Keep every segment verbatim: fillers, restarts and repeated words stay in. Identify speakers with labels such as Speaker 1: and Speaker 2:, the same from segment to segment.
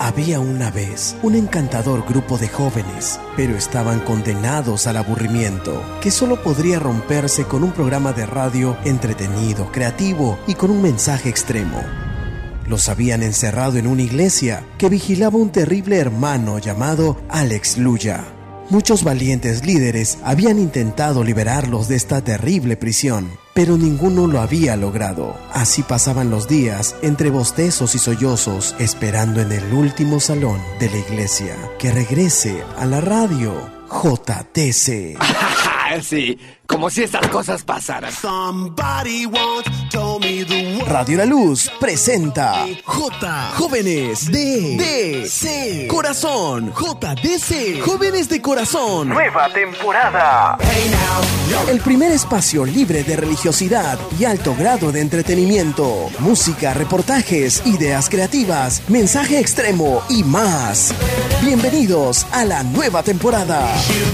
Speaker 1: Había una vez un encantador grupo de jóvenes, pero estaban condenados al aburrimiento, que solo podría romperse con un programa de radio entretenido, creativo y con un mensaje extremo. Los habían encerrado en una iglesia que vigilaba un terrible hermano llamado Alex Luya. Muchos valientes líderes habían intentado liberarlos de esta terrible prisión, pero ninguno lo había logrado. Así pasaban los días entre bostezos y sollozos, esperando en el último salón de la iglesia que regrese a la radio J T C.
Speaker 2: Sí, como si estas cosas pasaran.
Speaker 1: Radio La Luz presenta J Jóvenes de, de C Corazón. J D C Jóvenes de Corazón.
Speaker 3: Nueva temporada.
Speaker 1: El primer espacio libre de religiosidad y alto grado de entretenimiento. Música, reportajes, ideas creativas, mensaje extremo y más. Bienvenidos a la nueva temporada.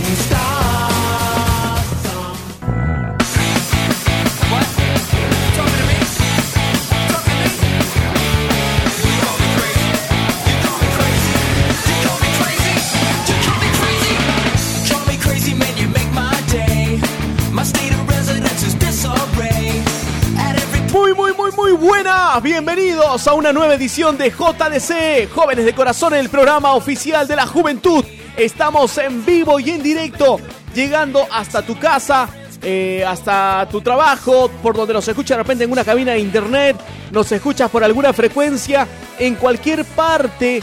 Speaker 4: Muy buenas, bienvenidos a una nueva edición de J D C, Jóvenes de Corazón, el programa oficial de la juventud. Estamos en vivo y en directo, llegando hasta tu casa, eh, hasta tu trabajo, por donde nos escuchas de repente en una cabina de internet, nos escuchas por alguna frecuencia, en cualquier parte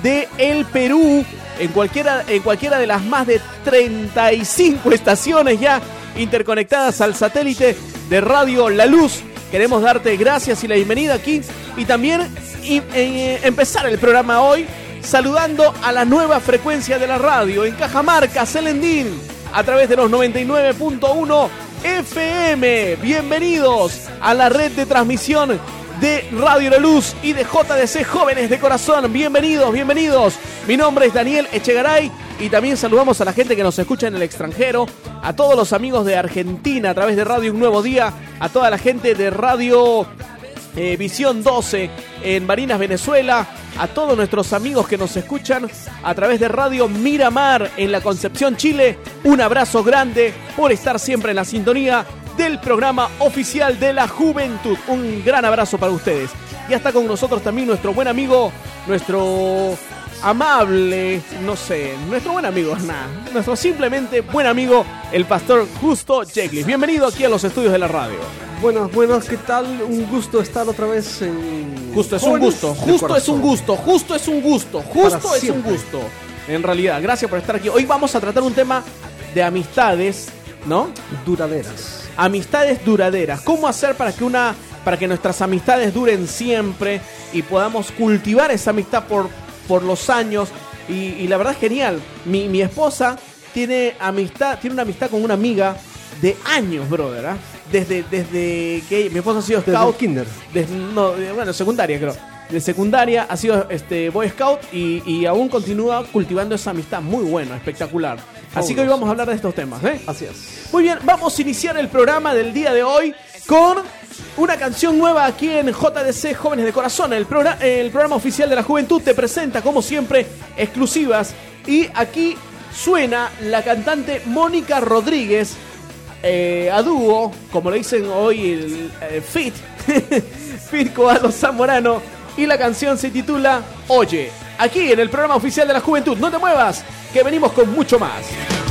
Speaker 4: del Perú, en cualquiera, en cualquiera de las más de treinta y cinco estaciones ya interconectadas al satélite de Radio La Luz. Queremos darte gracias y la bienvenida aquí y también y, eh, empezar el programa hoy saludando a la nueva frecuencia de la radio en Cajamarca, Celendín, a través de los noventa y nueve punto uno F M. Bienvenidos a la red de transmisión de Radio La Luz y de J D C Jóvenes de Corazón. Bienvenidos, bienvenidos. Mi nombre es Daniel Echegaray y también saludamos a la gente que nos escucha en el extranjero, a todos los amigos de Argentina a través de Radio Un Nuevo Día, a toda la gente de Radio eh, Visión doce en Barinas, Venezuela, a todos nuestros amigos que nos escuchan a través de Radio Miramar en La Concepción, Chile. Un abrazo grande por estar siempre en la sintonía del programa oficial de la juventud. Un gran abrazo para ustedes. Ya está con nosotros también nuestro buen amigo, nuestro amable, no sé, nuestro buen amigo, nada, nuestro simplemente buen amigo, el pastor Justo Yeglis. Bienvenido aquí a los estudios de la radio.
Speaker 5: Buenas, buenas, ¿qué tal? Un gusto estar otra vez en...
Speaker 4: Justo es un gusto, justo es un gusto, justo es un gusto, justo es un gusto. En realidad, gracias por estar aquí. Hoy vamos a tratar un tema de amistades, ¿no?
Speaker 5: Duraderas.
Speaker 4: Amistades duraderas. ¿Cómo hacer para que una, para que nuestras amistades duren siempre y podamos cultivar esa amistad por, por los años? Y, y la verdad es genial. Mi, mi esposa tiene amistad, tiene una amistad con una amiga de años, brother, ¿eh? Desde, desde que mi esposa ha sido scout.
Speaker 5: Desde kinder.
Speaker 4: Desde, no, bueno, secundaria creo. De secundaria ha sido este Boy Scout y, y aún continúa cultivando esa amistad muy buena, espectacular. Así que hoy vamos a hablar de estos temas, ¿eh?
Speaker 5: Así es.
Speaker 4: Muy bien, vamos a iniciar el programa del día de hoy con una canción nueva aquí en J D C Jóvenes de Corazón. El, programa, el programa oficial de la juventud te presenta, como siempre, exclusivas. Y aquí suena la cantante Mónica Rodríguez, eh, a dúo, como le dicen hoy, el eh, Fit, Fit Coalo Zamorano. Y la canción se titula Oye, aquí en el programa oficial de la juventud. No te muevas, que venimos con mucho más.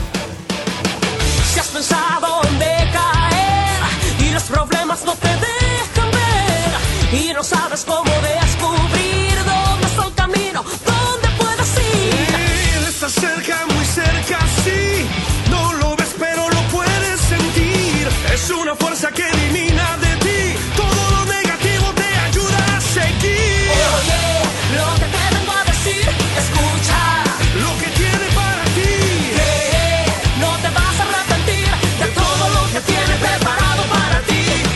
Speaker 6: Si has pensado en decaer y los problemas no te dejan ver y no sabes cómo descubrir dónde está el camino, dónde puedes ir.
Speaker 7: Él está cerca, muy cerca, sí. No lo ves, pero lo puedes sentir. Es una fuerza que elimina de ti todo lo negativo, te ayuda a seguir.
Speaker 6: Oye, lo que te vengo a decir, escucha
Speaker 7: lo que tiene para ti.
Speaker 6: Que no te vas a arrepentir de todo lo que tiene preparado para ti.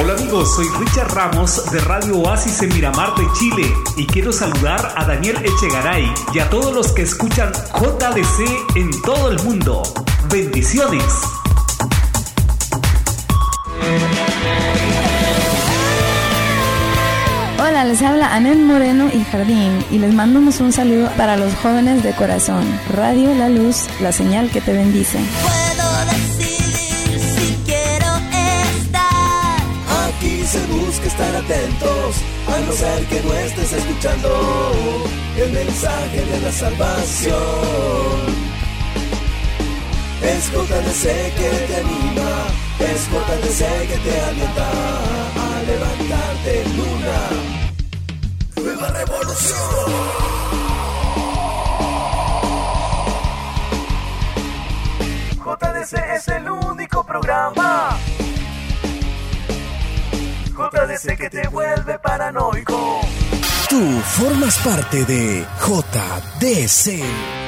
Speaker 8: Hola amigos, soy Richard Ramos de Radio Oasis en Miramar de Chile y quiero saludar a Daniel Echegaray y a todos los que escuchan J D C en todo el mundo. Bendiciones.
Speaker 9: Hola, les habla Anel Moreno y Jardín y les mandamos un saludo para los jóvenes de corazón. Radio La Luz, la señal que te bendice.
Speaker 10: Puedo decidir si quiero estar.
Speaker 11: Aquí se busca estar atentos, a no ser que no estés escuchando el mensaje de la salvación. Es J D C que te anima, es J D C que te alienta a levantarte en una nueva revolución. J D C es el único programa, J D C que te vuelve paranoico.
Speaker 1: Tú formas parte de J D C.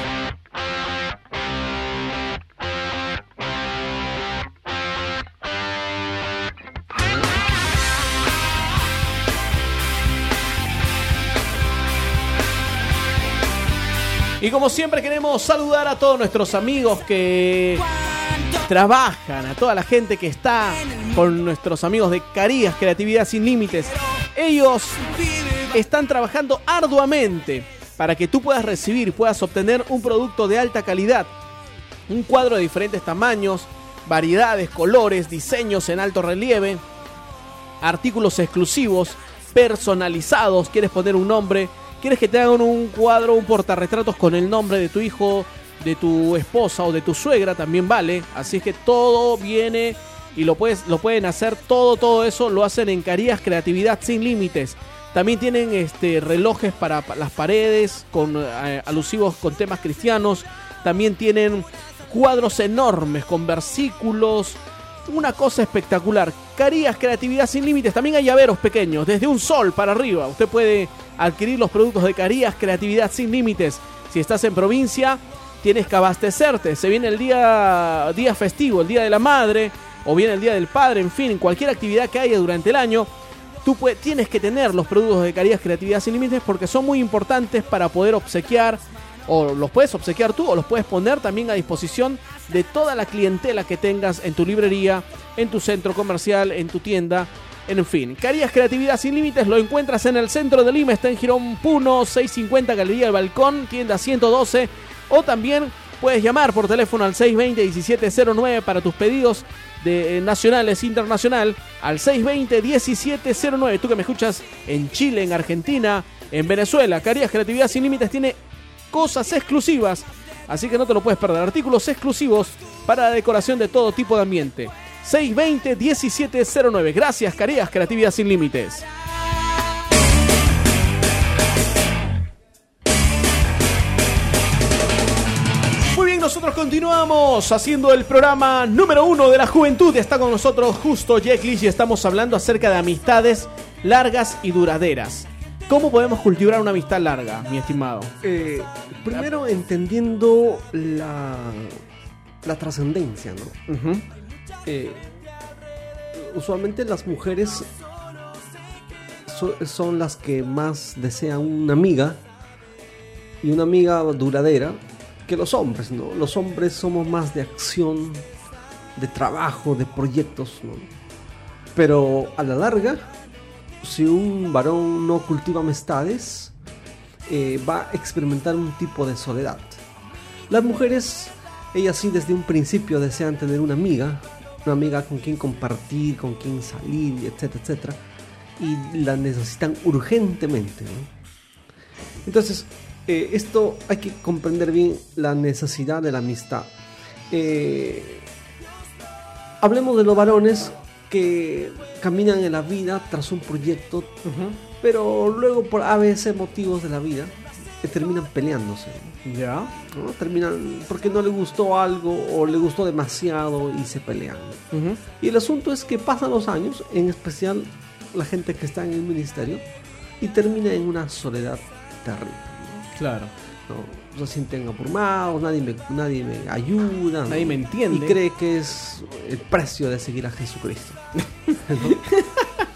Speaker 4: Y como siempre queremos saludar a todos nuestros amigos que trabajan, a toda la gente que está con nuestros amigos de Carías Creatividad Sin Límites. Ellos están trabajando arduamente para que tú puedas recibir, puedas obtener un producto de alta calidad. Un cuadro de diferentes tamaños, variedades, colores, diseños en alto relieve, artículos exclusivos, personalizados. ¿Quieres poner un nombre? ¿Quieres que te hagan un cuadro, un portarretratos con el nombre de tu hijo, de tu esposa o de tu suegra? También vale. Así es que todo viene y lo, puedes, lo pueden hacer. Todo, todo eso lo hacen en Carías Creatividad Sin Límites. También tienen este, relojes para las paredes con eh, alusivos con temas cristianos. También tienen cuadros enormes con versículos. Una cosa espectacular. Carías Creatividad Sin Límites. También hay llaveros pequeños, desde un sol para arriba. Usted puede adquirir los productos de Carías Creatividad Sin Límites. Si estás en provincia, tienes que abastecerte. Se viene el día, día festivo, el Día de la Madre, o bien el Día del Padre, en fin, en cualquier actividad que haya durante el año, tú puedes, tienes que tener los productos de Carías Creatividad Sin Límites porque son muy importantes para poder obsequiar, o los puedes obsequiar tú, o los puedes poner también a disposición de toda la clientela que tengas en tu librería, en tu centro comercial, en tu tienda. En fin, Carías Creatividad Sin Límites lo encuentras en el centro de Lima, está en Girón Puno, seiscientos cincuenta Galería del Balcón, tienda ciento doce, o también puedes llamar por teléfono al seis veinte, diecisiete cero nueve para tus pedidos de eh, nacionales, internacional, al seis veinte, diecisiete cero nueve. Tú que me escuchas en Chile, en Argentina, en Venezuela, Carías Creatividad Sin Límites tiene cosas exclusivas, así que no te lo puedes perder. Artículos exclusivos para la decoración de todo tipo de ambiente. seis veinte, diecisiete cero nueve. Gracias, Carías Creatividad Sin Límites. Muy bien, nosotros continuamos haciendo el programa número uno de la juventud. Está con nosotros Justo Yeclis y estamos hablando acerca de amistades largas y duraderas. ¿Cómo podemos cultivar una amistad larga, mi estimado?
Speaker 5: Eh, primero entendiendo la, la trascendencia, ¿no? Uh-huh. Eh, usualmente las mujeres so, son las que más desean una amiga y una amiga duradera que los hombres, ¿no? Los hombres somos más de acción, de trabajo, de proyectos, ¿no? Pero a la larga, si un varón no cultiva amistades, eh, va a experimentar un tipo de soledad. Las mujeres, ellas sí desde un principio desean tener una amiga, una amiga con quien compartir, con quien salir, etcétera, etcétera, y la necesitan urgentemente, ¿no? Entonces, eh, esto hay que comprender bien la necesidad de la amistad. Eh, hablemos de los varones que caminan en la vida tras un proyecto, uh-huh. pero luego por a veces motivos de la vida que terminan peleándose,
Speaker 4: ya,
Speaker 5: ¿no? Terminan porque no le gustó algo o le gustó demasiado y se pelean. Uh-huh. Y el asunto es que pasan los años, en especial la gente que está en el ministerio, y termina en una soledad terrible, ¿no?
Speaker 4: Claro.
Speaker 5: No, se sienten abrumados, nadie me, nadie me ayuda,
Speaker 4: nadie
Speaker 5: ¿no?
Speaker 4: me entiende.
Speaker 5: Y cree que es el precio de seguir a Jesucristo, ¿no?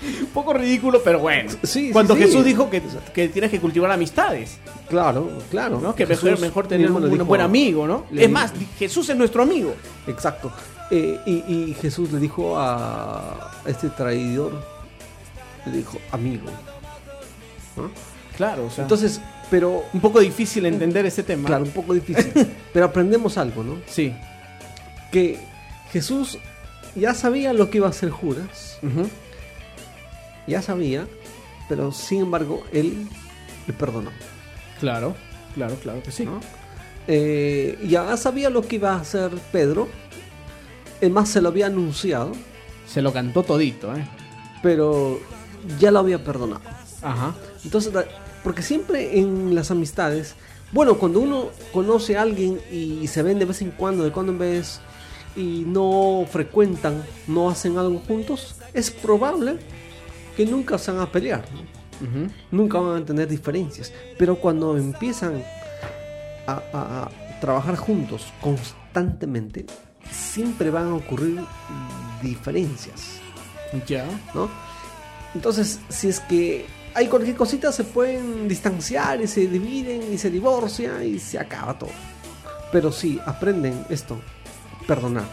Speaker 4: Un poco ridículo, pero bueno.
Speaker 5: Sí,
Speaker 4: Cuando
Speaker 5: sí,
Speaker 4: Jesús
Speaker 5: sí.
Speaker 4: dijo que, que tienes que cultivar amistades,
Speaker 5: Claro, claro.
Speaker 4: ¿no? Que
Speaker 5: Jesús
Speaker 4: mejor, mejor tener
Speaker 5: mismo
Speaker 4: un,
Speaker 5: le
Speaker 4: un
Speaker 5: dijo
Speaker 4: buen
Speaker 5: a-
Speaker 4: amigo, ¿no?
Speaker 5: le
Speaker 4: Es
Speaker 5: di-
Speaker 4: más, Jesús es nuestro amigo.
Speaker 5: Exacto. Eh, y, y Jesús le dijo a este traidor, le dijo, amigo. ¿no?
Speaker 4: Claro, o sea,
Speaker 5: Entonces, pero...
Speaker 4: un poco difícil entender ese tema.
Speaker 5: Claro, un poco difícil. Pero aprendemos algo, ¿no?
Speaker 4: Sí.
Speaker 5: Que Jesús ya sabía lo que iba a hacer Judas.
Speaker 4: Ujú.
Speaker 5: Ya sabía, pero sin embargo, él le perdonó.
Speaker 4: Claro, claro, claro que sí.
Speaker 5: ¿no? Eh, ya sabía lo que iba a hacer Pedro. Es más, se lo había anunciado,
Speaker 4: Se lo cantó todito, ¿eh?
Speaker 5: pero ya lo había perdonado.
Speaker 4: Ajá.
Speaker 5: Entonces, la- porque siempre en las amistades, bueno, cuando uno conoce a alguien y se ven de vez en cuando, de cuando en vez, y no frecuentan, no hacen algo juntos, es probable que nunca se van a pelear, ¿no?
Speaker 4: Ujú.
Speaker 5: Nunca van a tener diferencias. Pero cuando empiezan a, a- a trabajar juntos constantemente, siempre van a ocurrir diferencias,
Speaker 4: Ya.
Speaker 5: ¿no? Entonces, si es que hay cualquier cosita, se pueden distanciar y se dividen y se divorcian y se acaba todo. Pero sí, aprenden esto, perdonar.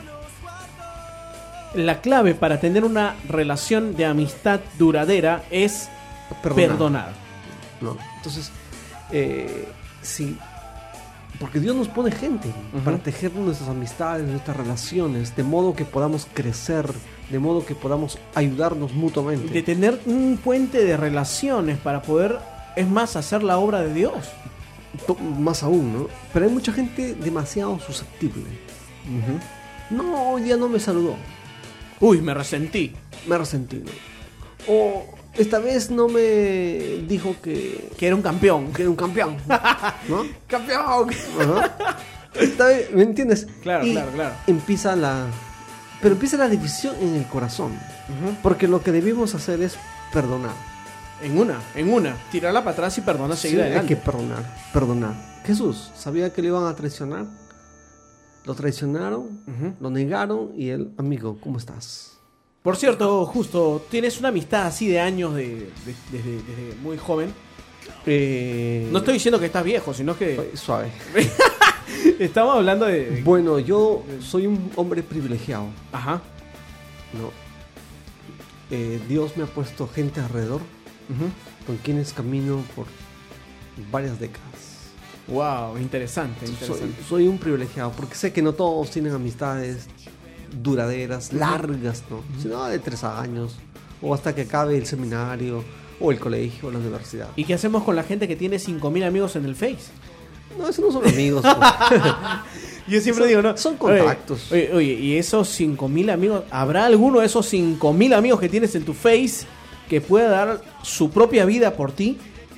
Speaker 4: La clave para tener una relación de amistad duradera es
Speaker 5: Perdonar.
Speaker 4: perdonar.
Speaker 5: ¿no? Entonces, eh, sí, porque Dios nos pone gente
Speaker 4: Ujú.
Speaker 5: para tejer nuestras amistades, nuestras relaciones, de modo que podamos crecer, de modo que podamos ayudarnos mutuamente.
Speaker 4: De tener un puente de relaciones para poder, es más, hacer la obra de Dios.
Speaker 5: To- Más aún, ¿no? Pero hay mucha gente demasiado susceptible. No, hoy día no me saludó,
Speaker 4: Uy, me resentí.
Speaker 5: me resentí, ¿no? O esta vez no me dijo que,
Speaker 4: Que era un campeón.
Speaker 5: que era un campeón, ¿no?
Speaker 4: ¡Campeón!
Speaker 5: Ajá. Esta vez, ¿me entiendes?
Speaker 4: Claro,
Speaker 5: Y
Speaker 4: claro, claro.
Speaker 5: Empieza la... Pero empieza la división en el corazón. Porque lo que debimos hacer es perdonar.
Speaker 4: En una, en una. Tirarla para atrás y perdonar, seguir
Speaker 5: Sí, hay
Speaker 4: adelante.
Speaker 5: que perdonar, perdonar. Jesús sabía que le iban a traicionar. Lo traicionaron,
Speaker 4: Ujú.
Speaker 5: lo negaron y él, amigo, ¿cómo estás?
Speaker 4: Por cierto, justo, tienes una amistad así de años de, de- desde, desde muy joven.
Speaker 5: Eh,
Speaker 4: No estoy diciendo que estás viejo, sino que
Speaker 5: Ay, suave.
Speaker 4: estamos hablando de...
Speaker 5: Bueno, yo soy un hombre privilegiado,
Speaker 4: Ajá.
Speaker 5: ¿no? Eh, Dios me ha puesto gente alrededor
Speaker 4: Ujú.
Speaker 5: con quienes camino por varias décadas.
Speaker 4: Wow, interesante,
Speaker 5: Soy,
Speaker 4: interesante.
Speaker 5: soy un privilegiado porque sé que no todos tienen amistades duraderas, largas, ¿no? Sino de tres años o hasta que acabe el seminario o el colegio o la universidad.
Speaker 4: ¿Y qué hacemos con la gente que tiene cinco mil amigos en el Face?
Speaker 5: No, esos no son amigos. pues.
Speaker 4: Yo siempre
Speaker 5: Son-
Speaker 4: digo, ¿no?
Speaker 5: son contactos.
Speaker 4: Oye, oye, oye, y esos cinco mil amigos, ¿habrá alguno de esos cinco mil amigos que tienes en tu Face que pueda dar su propia vida por ti?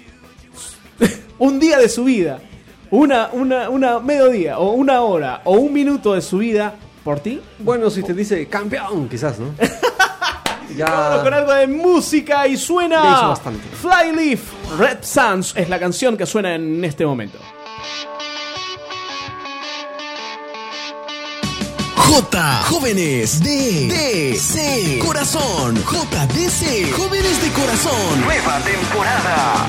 Speaker 4: Un día de su vida, una, una, una mediodía, o una hora, o un minuto de su vida por ti.
Speaker 5: Bueno, si te dice campeón, quizás, ¿no?
Speaker 4: Vámonos con algo de música y
Speaker 5: Ya hizo
Speaker 4: suena
Speaker 5: bastante.
Speaker 4: Flyleaf, Red Suns es la canción que suena en este momento.
Speaker 1: J, jóvenes de, de C, corazón, J D C, jóvenes de corazón.
Speaker 3: Nueva temporada.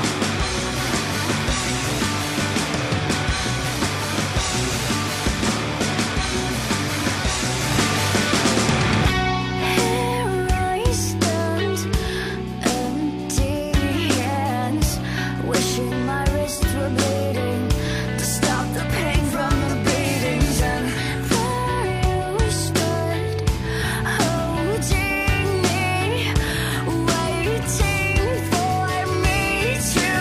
Speaker 10: Here I stand, empty hands, wishing my wrists were bleeding to stop the pain from the beatings. And there you stood, holding me, waiting for me to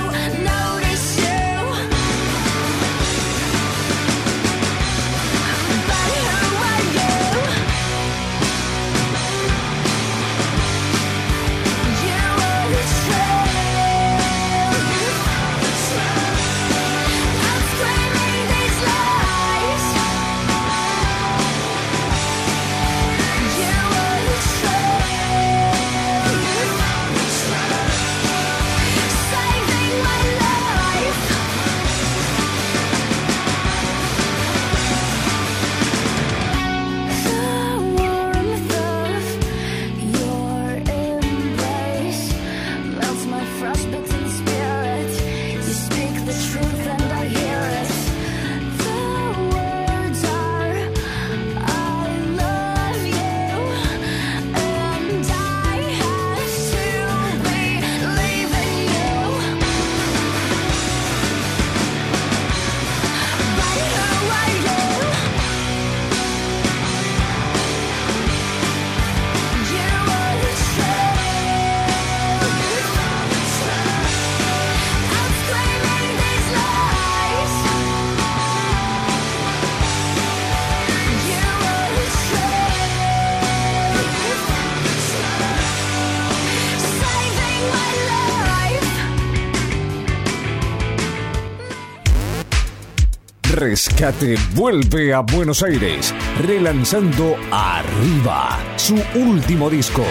Speaker 12: Rescate vuelve a Buenos Aires, relanzando Arriba, su último disco.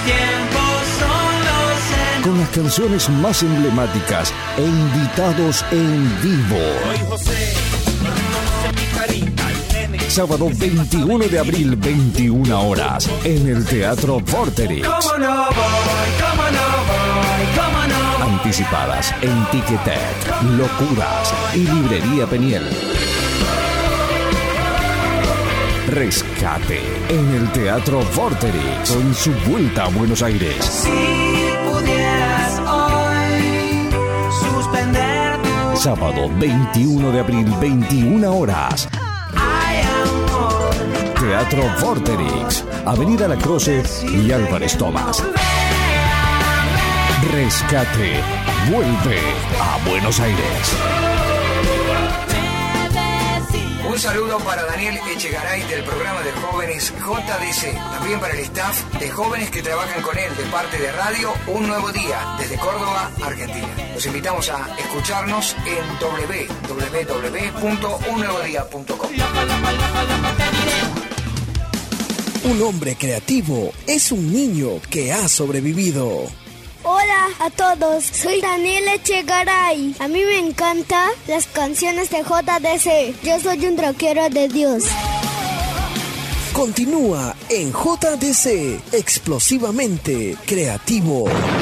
Speaker 12: Con las canciones más emblemáticas e invitados en vivo. Sábado veintiuno de abril, veintiuna horas, en el Teatro Vorterix.
Speaker 6: ¿Cómo no voy? ¿Cómo no voy? ¿Cómo no voy?
Speaker 12: Anticipadas en Ticketek, Locuras y Librería Peniel. Rescate en el Teatro Vorterix en su vuelta a Buenos Aires.
Speaker 6: Si pudieras hoy suspender tu...
Speaker 12: Sábado veintiuno de abril, veintiuna horas. Teatro Vorterix, Avenida La Croce y Álvarez Tomás. Rescate vuelve a Buenos Aires.
Speaker 13: Un saludo para Daniel Echegaray del programa de jóvenes J D C. También para el staff de jóvenes que trabajan con él de parte de Radio Un Nuevo Día desde Córdoba, Argentina. Los invitamos a escucharnos en doble u doble u doble u punto un nuevo día punto com.
Speaker 1: Un hombre creativo es un niño que ha sobrevivido.
Speaker 14: Hola a todos, soy Daniel Echegaray. A mí me encantan las canciones de J D C. Yo soy un rockero de Dios.
Speaker 1: Continúa en J D C, explosivamente creativo.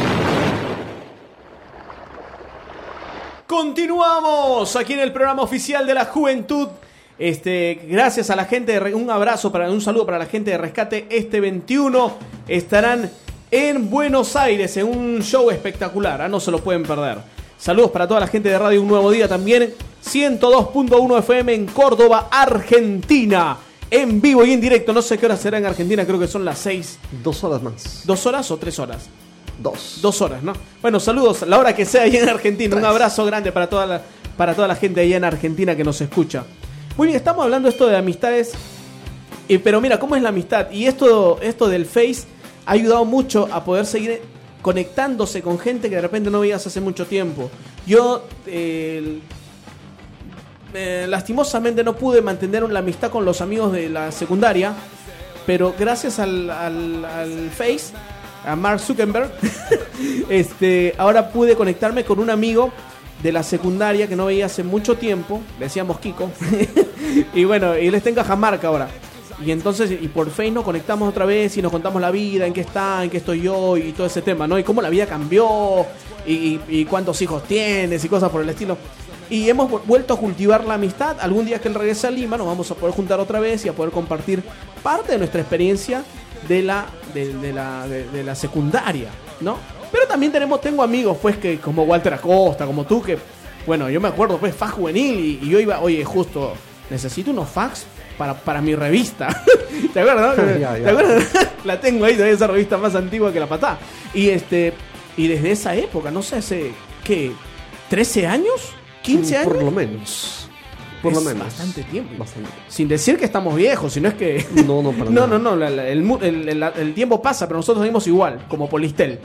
Speaker 4: Continuamos aquí en el programa oficial de la Juventud. Este, gracias a la gente de, un abrazo para un saludo para la gente de Rescate. Este veintiuno estarán en Buenos Aires en un show espectacular, ¿eh? No se lo pueden perder. Saludos para toda la gente de Radio Un Nuevo Día también. ciento dos punto uno F M en Córdoba, Argentina. En vivo y en directo. No sé qué hora será en Argentina, creo que son las seis.
Speaker 5: Dos horas más.
Speaker 4: ¿Dos horas o tres horas?
Speaker 5: Dos.
Speaker 4: Dos horas, ¿no? Bueno, saludos a la hora que sea allá en Argentina. Tres. Un abrazo grande para toda la, para toda la gente allá en Argentina que nos escucha. Muy bien, estamos hablando esto de amistades, eh, pero mira, ¿cómo es la amistad? Y esto, esto del Face ha ayudado mucho a poder seguir conectándose con gente que de repente no veías hace mucho tiempo. Yo, eh, eh, lastimosamente no pude mantener la amistad con los amigos de la secundaria, pero gracias al, al, al Face, a Mark Zuckerberg, este, ahora pude conectarme con un amigo de la secundaria que no veía hace mucho tiempo, le decíamos Kiko, y bueno, él está en Cajamarca ahora, y entonces, y por Face nos conectamos otra vez y nos contamos la vida, en qué está, en qué estoy yo, y todo ese tema, ¿no? Y cómo la vida cambió, y, y, y cuántos hijos tienes, y cosas por el estilo. Y hemos vuelto a cultivar la amistad. Algún día que él regrese a Lima nos vamos a poder juntar otra vez y a poder compartir parte de nuestra experiencia de la, de, de la, de, de la secundaria, ¿no? Pero también tenemos, tengo amigos, pues, que como Walter Acosta, como tú, que, bueno, yo me acuerdo, pues, fax juvenil, y, y yo iba, oye, justo, necesito unos fax para, para mi revista. ¿Te acuerdas, no?
Speaker 5: ya, ya.
Speaker 4: ¿Te acuerdas? La tengo ahí, todavía esa revista más antigua que la patá. Y este, y desde esa época, no sé, hace, ¿qué? ¿trece años? ¿quince años?
Speaker 5: Por lo menos. Por
Speaker 4: es
Speaker 5: lo menos.
Speaker 4: Bastante tiempo.
Speaker 5: Bastante.
Speaker 4: Sin decir que estamos viejos, sino es que...
Speaker 5: No, no, para
Speaker 4: no,
Speaker 5: nada.
Speaker 4: no, no, la- la- el, mu- el, el- el tiempo pasa, pero nosotros seguimos igual, como Polistel.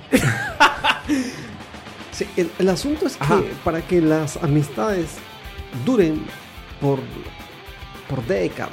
Speaker 5: Sí, el, el asunto es
Speaker 4: Ajá.
Speaker 5: que para que las amistades duren por, por décadas,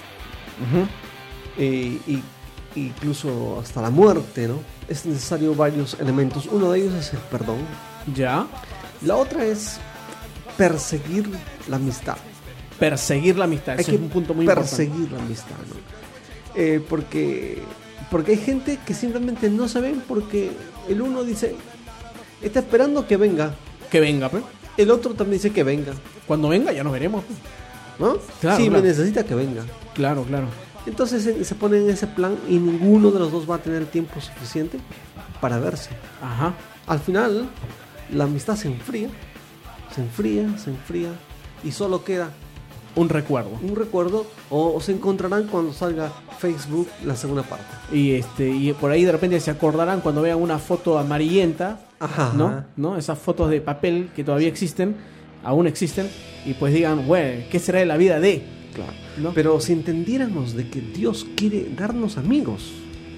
Speaker 5: eh, y incluso hasta la muerte, ¿no? Es necesario varios elementos. Uno de ellos es el perdón.
Speaker 4: Ya.
Speaker 5: La otra es perseguir la amistad.
Speaker 4: Perseguir la amistad,
Speaker 5: Hay
Speaker 4: ese
Speaker 5: que
Speaker 4: es un punto muy
Speaker 5: perseguir
Speaker 4: importante.
Speaker 5: la amistad, ¿no? Eh, porque, porque hay gente que simplemente no se ven porque el uno dice, está esperando que venga.
Speaker 4: Que venga, pues.
Speaker 5: El otro también dice que venga.
Speaker 4: Cuando venga ya nos veremos, pues.
Speaker 5: ¿No?
Speaker 4: Claro,
Speaker 5: sí,
Speaker 4: claro.
Speaker 5: me necesita que venga.
Speaker 4: Claro, claro.
Speaker 5: Entonces se, se ponen en ese plan y ninguno de los dos va a tener tiempo suficiente para verse.
Speaker 4: Ajá.
Speaker 5: Al final, la amistad se enfría, se enfría, se enfría y solo queda
Speaker 4: un recuerdo.
Speaker 5: Un recuerdo, o, o se encontrarán cuando salga Facebook la segunda parte.
Speaker 4: Y este y por ahí de repente se acordarán cuando vean una foto amarillenta,
Speaker 5: Ajá.
Speaker 4: ¿no? ¿no? Esas fotos de papel que todavía existen, aún existen, y pues digan, bueno, ¿qué será de la vida de?
Speaker 5: Claro.
Speaker 4: ¿No?
Speaker 5: Pero si entendiéramos de que Dios quiere darnos amigos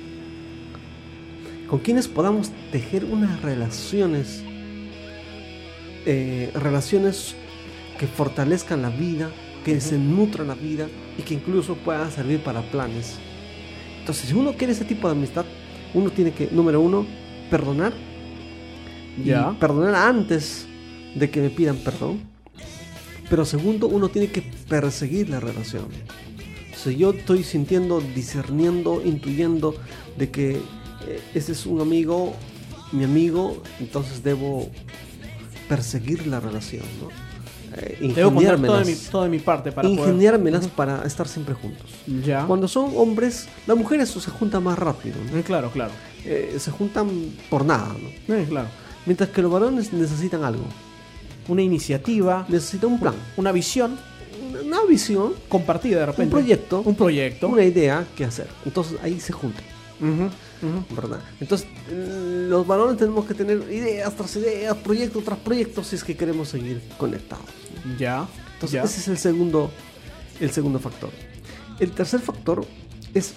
Speaker 5: con quienes podamos tejer unas relaciones, eh, relaciones que fortalezcan la vida, que se nutra la vida y que incluso pueda servir para planes. Entonces, si uno quiere ese tipo de amistad, uno tiene que, número uno, perdonar.
Speaker 4: Ya.
Speaker 5: Y perdonar antes de que me pidan perdón. Pero segundo, uno tiene que perseguir la relación. Si yo estoy sintiendo, discerniendo, intuyendo de que eh, ese es un amigo, mi amigo, entonces debo perseguir la relación, ¿no? Eh,
Speaker 4: Debo poner todo de mi, todo de mi parte para
Speaker 5: ingeniármelas
Speaker 4: poder...
Speaker 5: para estar siempre juntos.
Speaker 4: Ya.
Speaker 5: Cuando son hombres, las mujeres se juntan más rápido, ¿no?
Speaker 4: Eh, claro, claro.
Speaker 5: Eh, se juntan por nada, ¿no?
Speaker 4: Eh, claro.
Speaker 5: Mientras que los varones necesitan algo.
Speaker 4: Una iniciativa.
Speaker 5: Necesitan un plan.
Speaker 4: Una visión.
Speaker 5: Una visión
Speaker 4: compartida de repente.
Speaker 5: Un proyecto.
Speaker 4: Un proyecto.
Speaker 5: Una idea que hacer. Entonces ahí se juntan.
Speaker 4: Uh-huh, uh-huh.
Speaker 5: ¿Verdad? Entonces los varones tenemos que tener ideas tras ideas, proyecto tras proyecto, si es que queremos seguir conectados.
Speaker 4: Ya.
Speaker 5: Entonces
Speaker 4: ya.
Speaker 5: ese es el segundo, el segundo factor. El tercer factor es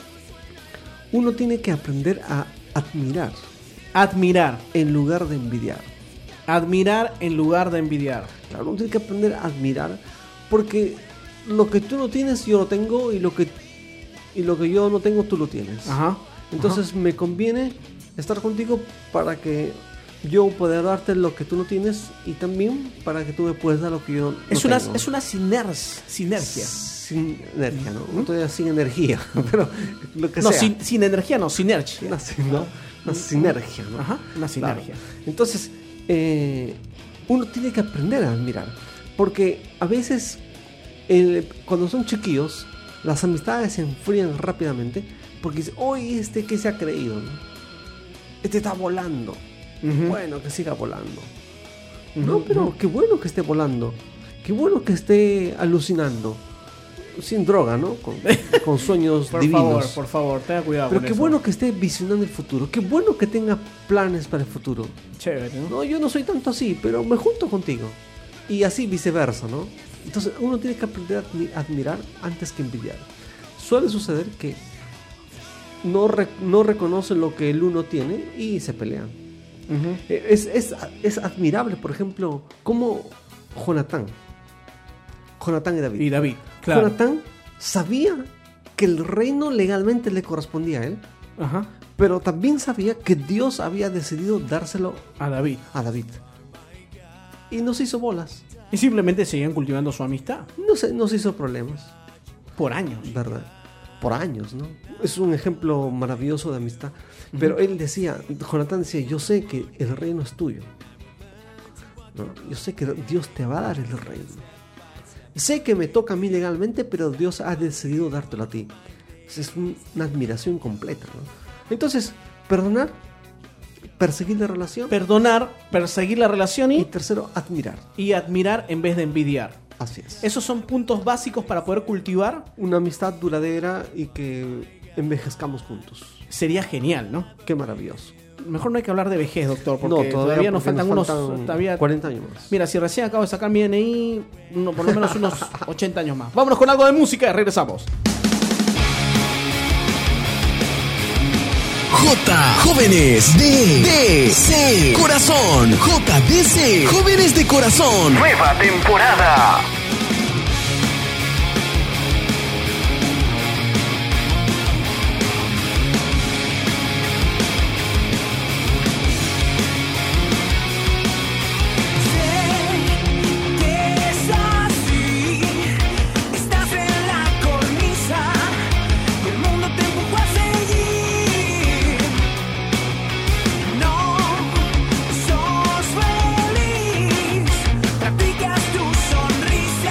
Speaker 5: uno tiene que aprender a admirar.
Speaker 4: Admirar.
Speaker 5: En lugar de envidiar.
Speaker 4: Admirar en lugar de envidiar.
Speaker 5: Claro, uno tiene que aprender a admirar porque lo que tú no tienes yo lo tengo y lo que y lo que yo no tengo tú lo tienes.
Speaker 4: Ajá.
Speaker 5: Entonces
Speaker 4: Ajá.
Speaker 5: me conviene estar contigo para que yo pueda darte lo que tú no tienes y también para que tú me puedas dar lo que yo no
Speaker 4: es
Speaker 5: tengo.
Speaker 4: Una, es una sinergia. Sinergia.
Speaker 5: Sinergia, ¿no? ¿Mm? Todavía sin energía, pero lo que
Speaker 4: no,
Speaker 5: sea.
Speaker 4: Sin, sin energía, no, sinergia.
Speaker 5: Una, ¿no? Una sinergia, ¿no?
Speaker 4: Ajá, una sinergia.
Speaker 5: Claro. Entonces, eh, uno tiene que aprender a admirar. Porque a veces, el, cuando son chiquillos, las amistades se enfrían rápidamente. Porque dice, oye, este que se ha creído, ¿no? Este está volando. Uh-huh. Bueno, que siga volando. Uh-huh. No, pero uh-huh. qué bueno que esté volando. Qué bueno que esté alucinando. Sin droga, ¿no? Con, con sueños
Speaker 4: por
Speaker 5: divinos.
Speaker 4: Por favor, por favor, tenga cuidado.
Speaker 5: Pero
Speaker 4: con
Speaker 5: qué
Speaker 4: eso.
Speaker 5: bueno que esté visionando el futuro. Qué bueno que tenga planes para el futuro.
Speaker 4: Chévere, ¿no?
Speaker 5: No, yo no soy tanto así, pero me junto contigo. Y así viceversa, ¿no? Entonces uno tiene que aprender a admirar antes que envidiar. Suele suceder que no, re, no reconocen lo que el uno tiene y se pelean. Uh-huh. Es, es, es admirable, por ejemplo, como Jonatán. Jonatán y David.
Speaker 4: Y David, claro.
Speaker 5: Jonatán sabía que el reino legalmente le correspondía a él.
Speaker 4: Ajá.
Speaker 5: Pero también sabía que Dios había decidido dárselo
Speaker 4: a David.
Speaker 5: A David. Y no se hizo bolas.
Speaker 4: Y simplemente seguían cultivando su amistad.
Speaker 5: No se, no se hizo problemas.
Speaker 4: Por años.
Speaker 5: ¿Verdad? Por años, ¿no? Es un ejemplo maravilloso de amistad. Uh-huh. Pero él decía, Jonatán decía, yo sé que el reino es tuyo. ¿No? Yo sé que Dios te va a dar el reino. Sé que me toca a mí legalmente, pero Dios ha decidido dártelo a ti. Es un, una admiración completa, ¿no? Entonces, perdonar, perseguir la relación.
Speaker 4: Perdonar, perseguir la relación y...
Speaker 5: Y tercero, admirar.
Speaker 4: Y admirar en vez de envidiar.
Speaker 5: Así es.
Speaker 4: Esos son puntos básicos para poder cultivar...
Speaker 5: Una amistad duradera y que envejezcamos juntos.
Speaker 4: Sería genial, ¿no?
Speaker 5: Qué maravilloso.
Speaker 4: Mejor no hay que hablar de vejez, doctor, porque
Speaker 5: no, todavía,
Speaker 4: todavía nos faltan
Speaker 5: nos
Speaker 4: unos
Speaker 5: faltan
Speaker 4: todavía,
Speaker 5: cuarenta años más.
Speaker 4: Mira, si recién acabo de sacar mi D N I, no, por lo menos unos ochenta años más. Vámonos con algo de música y regresamos.
Speaker 1: J, Jóvenes de, de C, Corazón, J D C, Jóvenes de Corazón.
Speaker 3: Nueva temporada.
Speaker 6: Practicas tu sonrisa.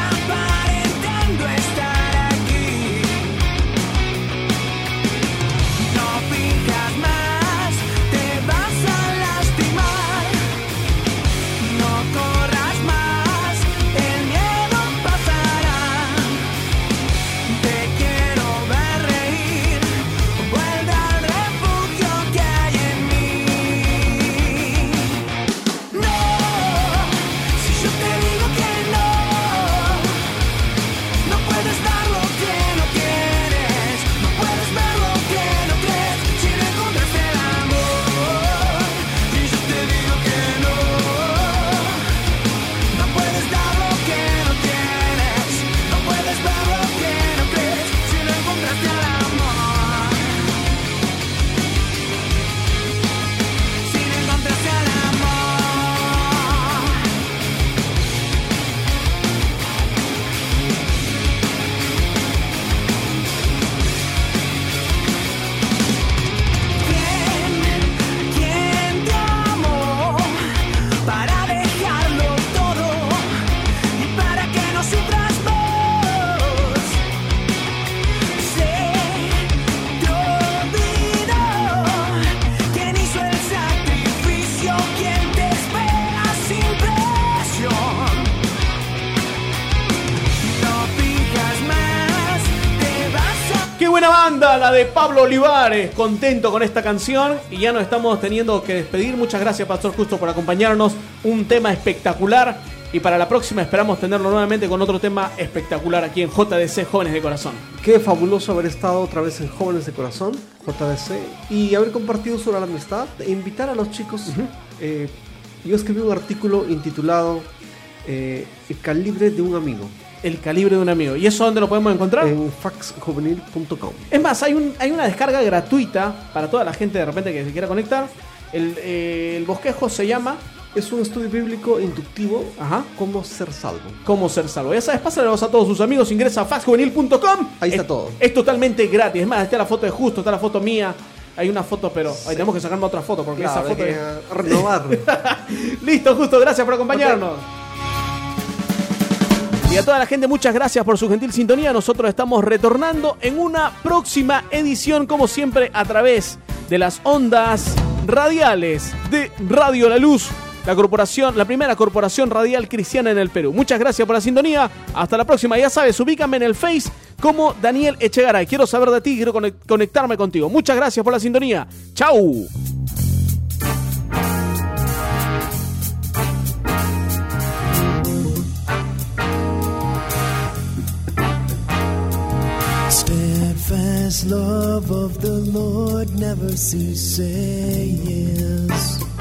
Speaker 4: Buena banda, la de Pablo Olivares. Contento con esta canción y ya nos estamos teniendo que despedir. Muchas gracias, Pastor Justo, por acompañarnos. Un tema espectacular y para la próxima esperamos tenerlo nuevamente con otro tema espectacular aquí en J D C Jóvenes de Corazón.
Speaker 5: Qué fabuloso haber estado otra vez en Jóvenes de Corazón, J D C, y haber compartido sobre la amistad e invitar a los chicos. Uh-huh. eh, yo escribí un artículo intitulado eh, El calibre de un amigo.
Speaker 4: El calibre de un amigo. ¿Y eso dónde lo podemos encontrar?
Speaker 5: En fax juvenil punto com.
Speaker 4: Es más, hay, un, hay una descarga gratuita para toda la gente de repente que se quiera conectar. El, eh, el bosquejo se llama...
Speaker 5: Es un estudio bíblico inductivo.
Speaker 4: Ajá.
Speaker 5: Cómo ser salvo.
Speaker 4: Cómo ser salvo. Ya sabes, pásalos a todos sus amigos. Ingresa a fax juvenil punto com.
Speaker 5: Ahí está
Speaker 4: es,
Speaker 5: todo.
Speaker 4: Es totalmente gratis. Es más, está la foto de Justo, está la foto mía. Hay una foto, pero sí. Ahí tenemos que sacarme otra foto porque
Speaker 5: claro,
Speaker 4: esa foto
Speaker 5: hay
Speaker 4: es...
Speaker 5: que renovar.
Speaker 4: Listo, Justo. Gracias por acompañarnos. Okay. Y a toda la gente, muchas gracias por su gentil sintonía. Nosotros estamos retornando en una próxima edición, como siempre, a través de las ondas radiales de Radio La Luz. La corporación, la primera corporación radial cristiana en el Perú. Muchas gracias por la sintonía. Hasta la próxima. Ya sabes, ubícame en el Face como Daniel Echegaray. Quiero saber de ti, quiero conectarme contigo. Muchas gracias por la sintonía. ¡Chau!
Speaker 11: Steadfast love of the Lord never ceases.